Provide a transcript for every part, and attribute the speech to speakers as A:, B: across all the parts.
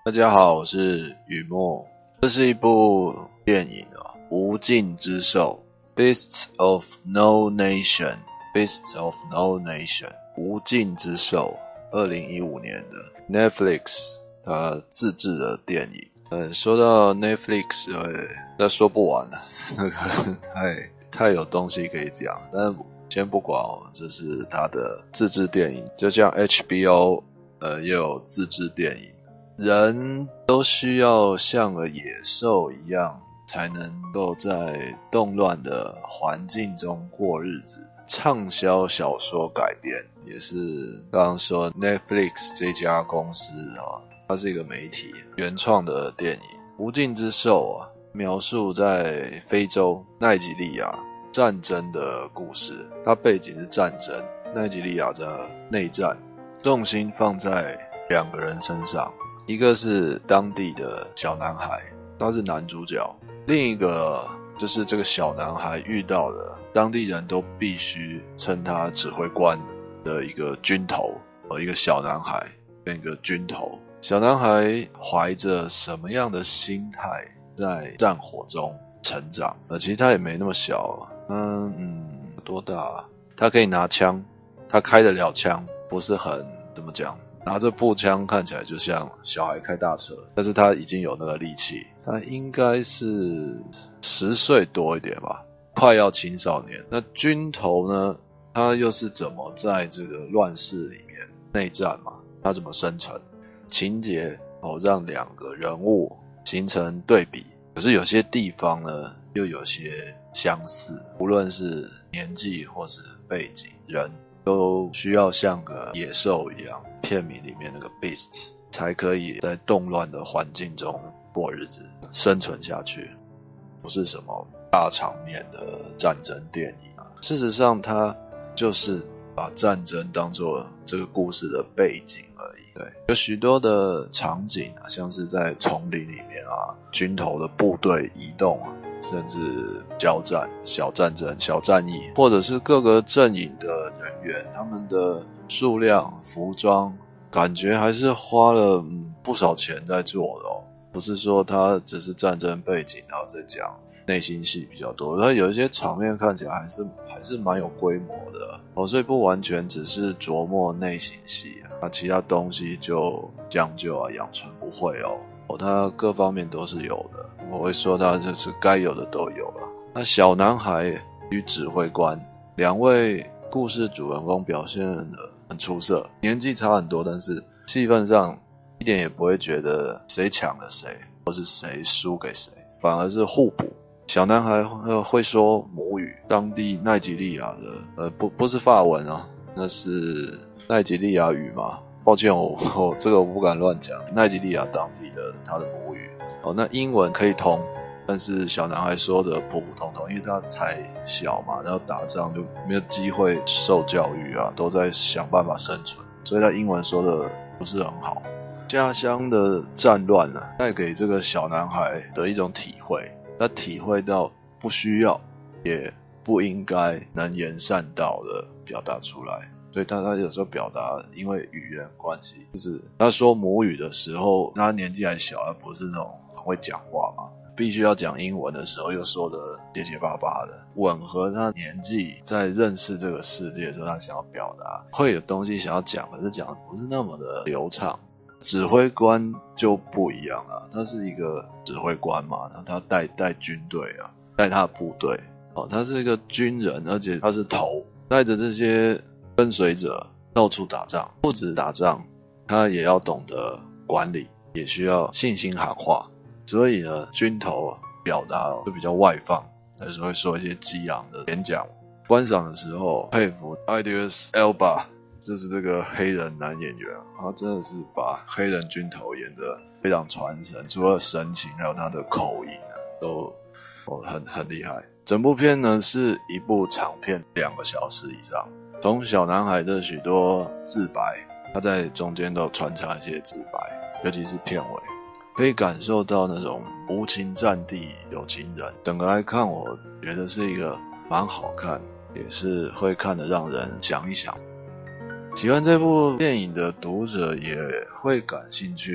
A: 大家好，我是雨墨。这是一部电影无尽之兽 Beasts of No Nation Beasts of No Nation 无尽之兽2015年的 Netflix 它自制的电影。说到 Netflix 那说不完了，那个太有东西可以讲，但先不管这是它的自制电影，就像 HBO 也有自制电影。人都需要像个野兽一样，才能够在动乱的环境中过日子。畅销小说改编，也是刚刚说 Netflix 这家公司它是一个媒体原创的电影。无尽之兽描述在非洲奈及利亚战争的故事，它背景是战争，奈及利亚的内战，重心放在两个人身上。一个是当地的小男孩，他是男主角，另一个就是这个小男孩遇到的当地人都必须称他指挥官的一个军头，一个小男孩跟一个军头。小男孩怀着什么样的心态在战火中成长？其实他也没那么小，多大他可以拿枪，他开得了枪，不是很怎么讲？拿着步枪看起来就像小孩开大车，但是他已经有那个力气，他应该是10岁多一点吧，快要青少年。那军头呢，他又是怎么在这个乱世里面内战嘛？他怎么生存？情节让两个人物形成对比，可是有些地方呢又有些相似，无论是年纪或是背景，人都需要像个野兽一样，片名里面那个 beast 才可以在动乱的环境中过日子，生存下去。不是什么大场面的战争电影事实上它就是把战争当作这个故事的背景而已。对，有许多的场景像是在丛林里面军头的部队移动甚至交战、小战争、小战役，或者是各个阵营的人员，他们的数量、服装，感觉还是花了不少钱在做的不是说它只是战争背景然后再讲内心戏比较多，它有一些场面看起来还是蛮有规模的所以不完全只是琢磨内心戏其他东西就将就养成不会它各方面都是有的，我会说它就是该有的都有了。那小男孩与指挥官两位故事主人公表现得很出色，年纪差很多，但是戏份上一点也不会觉得谁抢了谁或是谁输给谁，反而是互补。小男孩会说母语，当地奈及利亚的不是法文那是奈及利亚语嘛，抱歉这个我不敢乱讲，奈及利亚当地的他的母语那英文可以通，但是小男孩说的普普通通，因为他才小嘛，然后打仗就没有机会受教育都在想办法生存，所以他英文说的不是很好。家乡的战乱带给这个小男孩的一种体会，他体会到不需要也不应该能言善道的表达出来，所以他有时候表达因为语言关系，就是他说母语的时候他年纪还小，他不是那种很会讲话嘛，必须要讲英文的时候又说的结结巴巴的，吻合他年纪在认识这个世界的时候他想要表达，会有东西想要讲，可是讲的不是那么的流畅。指挥官就不一样了，他是一个指挥官嘛，他带军队带他的部队他是一个军人，而且他是头，带着这些跟随者到处打仗，不止打仗他也要懂得管理，也需要信心喊话，所以呢军头表达就比较外放，有时候会说一些激昂的演讲。观赏的时候佩服 Idris Elba，就是这个黑人男演员，他真的是把黑人军头演得非常传神，除了神情还有他的口音都很厉害。整部片呢是一部长片，2个小时以上，从小男孩的许多自白，他在中间都穿插一些自白，尤其是片尾可以感受到那种无情战地有情人。整个来看我觉得是一个蛮好看，也是会看得让人想一想。喜欢这部电影的读者也会感兴趣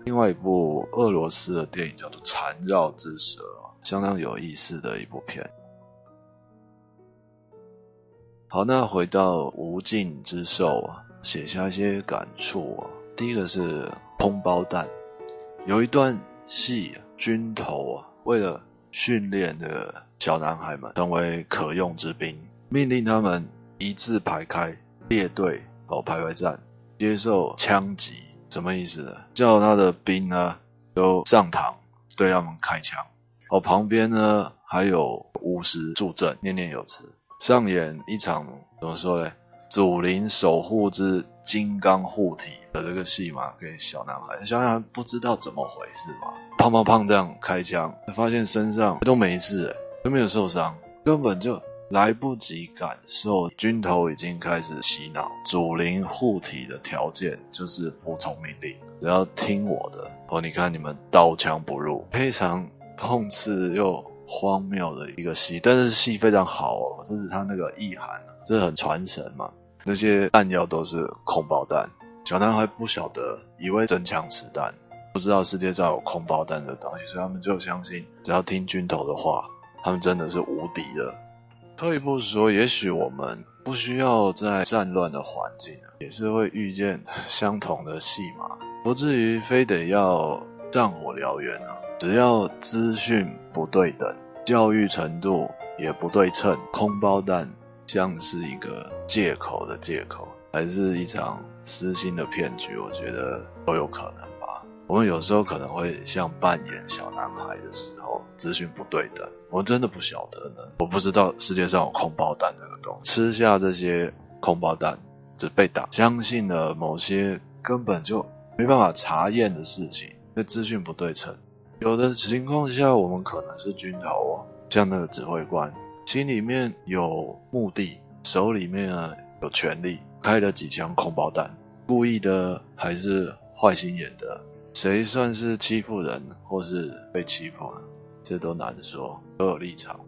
A: 另外一部俄罗斯的电影叫做《缠绕之蛇》，相当有意思的一部片。好，那回到无尽之兽写下一些感触第一个是空包弹，有一段戏军头为了训练的小男孩们成为可用之兵，命令他们一字排开列队排站，接受枪击。什么意思呢？叫他的兵呢都上膛对他们开枪，旁边呢还有武士助阵，念念有词，上演一场怎么说呢？祖灵守护之金刚护体的这个戏码给小男孩，小男孩不知道怎么回事嘛，砰这样开枪，发现身上都没事都没有受伤，根本就来不及感受，军头已经开始洗脑，祖灵护体的条件就是服从命令，只要听我的你看你们刀枪不入，非常讽刺又荒谬的一个戏，但是戏非常好这是他那个意涵这很传神嘛，那些弹药都是空包弹，小男孩不晓得，以为真枪实弹，不知道世界上有空包弹的东西，所以他们就相信只要听军头的话，他们真的是无敌的。退一步说，也许我们不需要在战乱的环境也是会遇见相同的戏码，不至于非得要战火燎原只要资讯不对等，教育程度也不对称，空包弹像是一个借口的借口，还是一场私心的骗局，我觉得都有可能吧。我们有时候可能会像扮演小男孩的时候，资讯不对等，我真的不晓得呢，我不知道世界上有空包弹这个东西，吃下这些空包弹只被打，相信了某些根本就没办法查验的事情，因为资讯不对称。有的情况下我们可能是军头像那个指挥官心里面有目的，手里面有权力，开了几枪空包弹，故意的还是坏心眼的，谁算是欺负人或是被欺负呢？这都难说，都有立场。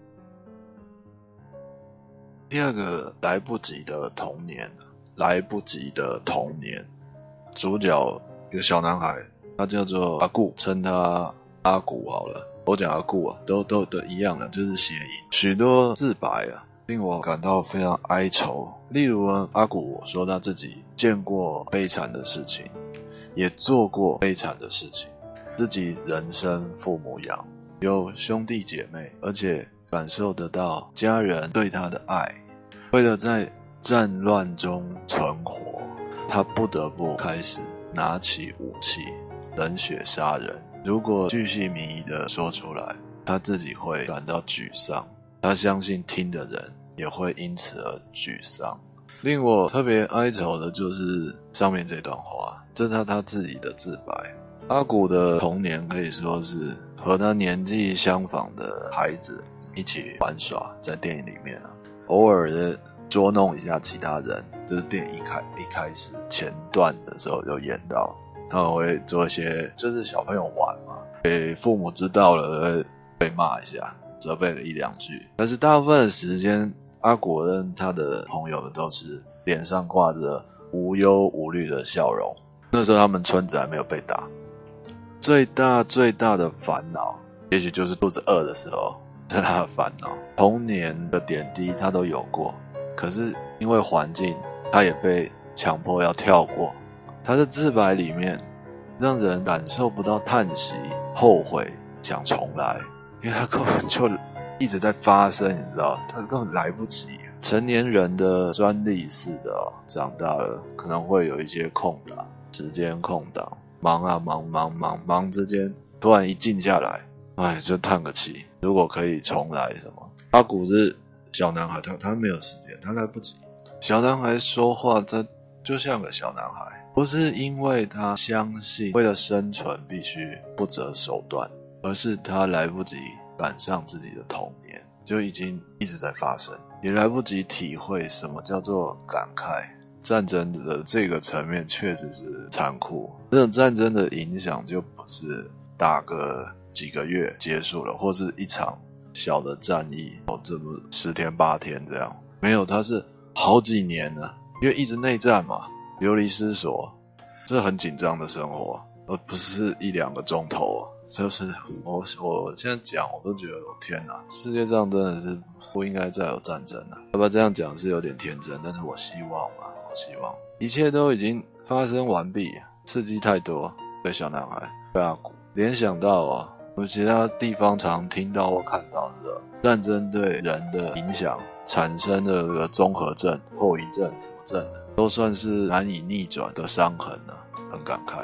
A: 第二个，来不及的童年，来不及的童年。主角一个小男孩，他叫做阿顾，称他阿古好了。我讲阿顾都一样的，就是谐音。许多自白令我感到非常哀愁。例如阿古说他自己见过悲惨的事情，也做过悲惨的事情，自己人生父母养，有兄弟姐妹，而且感受得到家人对他的爱。为了在战乱中存活，他不得不开始拿起武器，冷血杀人。如果巨细靡遗的说出来，他自己会感到沮丧，他相信听的人也会因此而沮丧。令我特别哀愁的就是上面这段话，这是他自己的自白。阿古的童年可以说是和他年纪相仿的孩子一起玩耍，在电影里面偶尔的捉弄一下其他人，就是电影一开始前段的时候就演到，他们会做一些就是小朋友玩嘛，给父母知道了会被骂一下，责备了一两句，但是大部分的时间阿古跟他的朋友都是脸上挂着无忧无虑的笑容。那时候他们村子还没有被打，最大的烦恼也许就是肚子饿的时候，这是他的烦恼。童年的点滴他都有过，可是因为环境他也被强迫要跳过。他的自白里面让人感受不到叹息、后悔、想重来，因为他根本就一直在发生，你知道，他根本来不及。成年人的专利似的长大了可能会有一些空档，时间空档，忙之间突然一静下来，就叹个气，如果可以重来什么。阿古是小男孩，他没有时间，他来不及。小男孩说话他就像个小男孩，不是因为他相信为了生存必须不择手段，而是他来不及赶上自己的童年，就已经一直在发生，也来不及体会什么叫做感慨。战争的这个层面确实是残酷，这种战争的影响就不是打个几个月结束了，或是一场小的战役这么10天8天这样，没有，它是好几年了，因为一直内战嘛，流离失所，这很紧张的生活。 而不是1-2个钟头。就是我现在讲我都觉得天哪，世界上真的是不应该再有战争了。要不要这样讲是有点天真，但是我希望我希望一切都已经发生完毕，刺激太多。对小男孩，对阿古，联想到我其他地方常听到或看到的战争对人的影响产生的这个综合症、后遗症什么症的，都算是难以逆转的伤痕了，很感慨。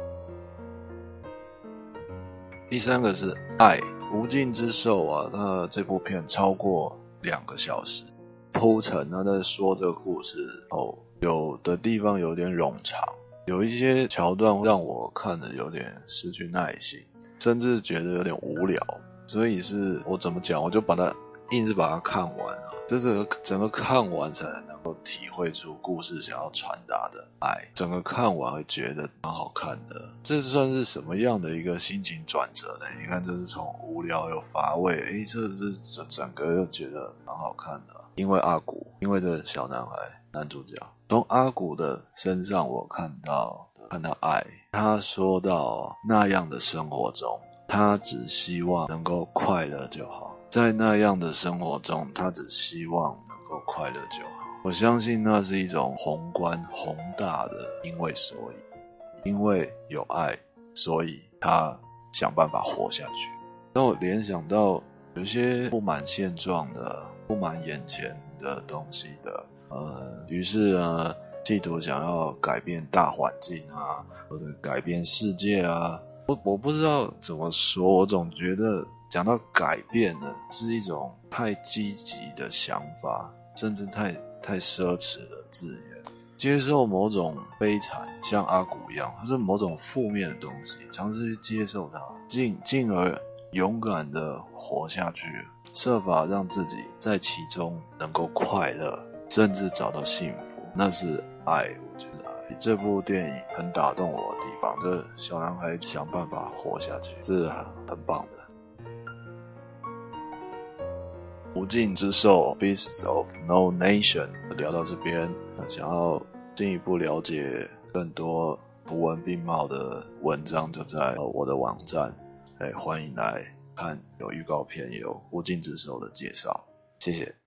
A: 第3个是爱，无尽之兽那这部片超过2个小时，铺陈他在说这个故事后，有的地方有点冗长，有一些桥段让我看得有点失去耐心，甚至觉得有点无聊，所以是我怎么讲，我就硬是把它看完了。这整个看完才能够体会出故事想要传达的爱，整个看完会觉得蛮好看的。这算是什么样的一个心情转折呢？你看，这是从无聊又乏味，这整个又觉得蛮好看的。因为阿古，因为这小男孩男主角，从阿古的身上我看到爱。他说到那样的生活中，他只希望能够快乐就好。在那样的生活中，他只希望能够快乐就好。我相信那是一种宏观宏大的因为所以，因为有爱，所以他想办法活下去。让我联想到有些不满现状的、不满眼前的东西的，于是企图想要改变大环境或者改变世界我不知道怎么说，我总觉得讲到改变呢，是一种太积极的想法，甚至太奢侈的字眼。接受某种悲惨，像阿古一样，它是某种负面的东西，尝试去接受它，进而勇敢的活下去，设法让自己在其中能够快乐，甚至找到幸福，那是爱。我觉得这部电影很打动我的地方，这小男孩想办法活下去，是很棒的。无尽之兽 Beasts of No Nation 聊到这边，想要进一步了解更多图文并茂的文章，就在我的网站，欢迎来看，有预告片，有无尽之兽的介绍，谢谢。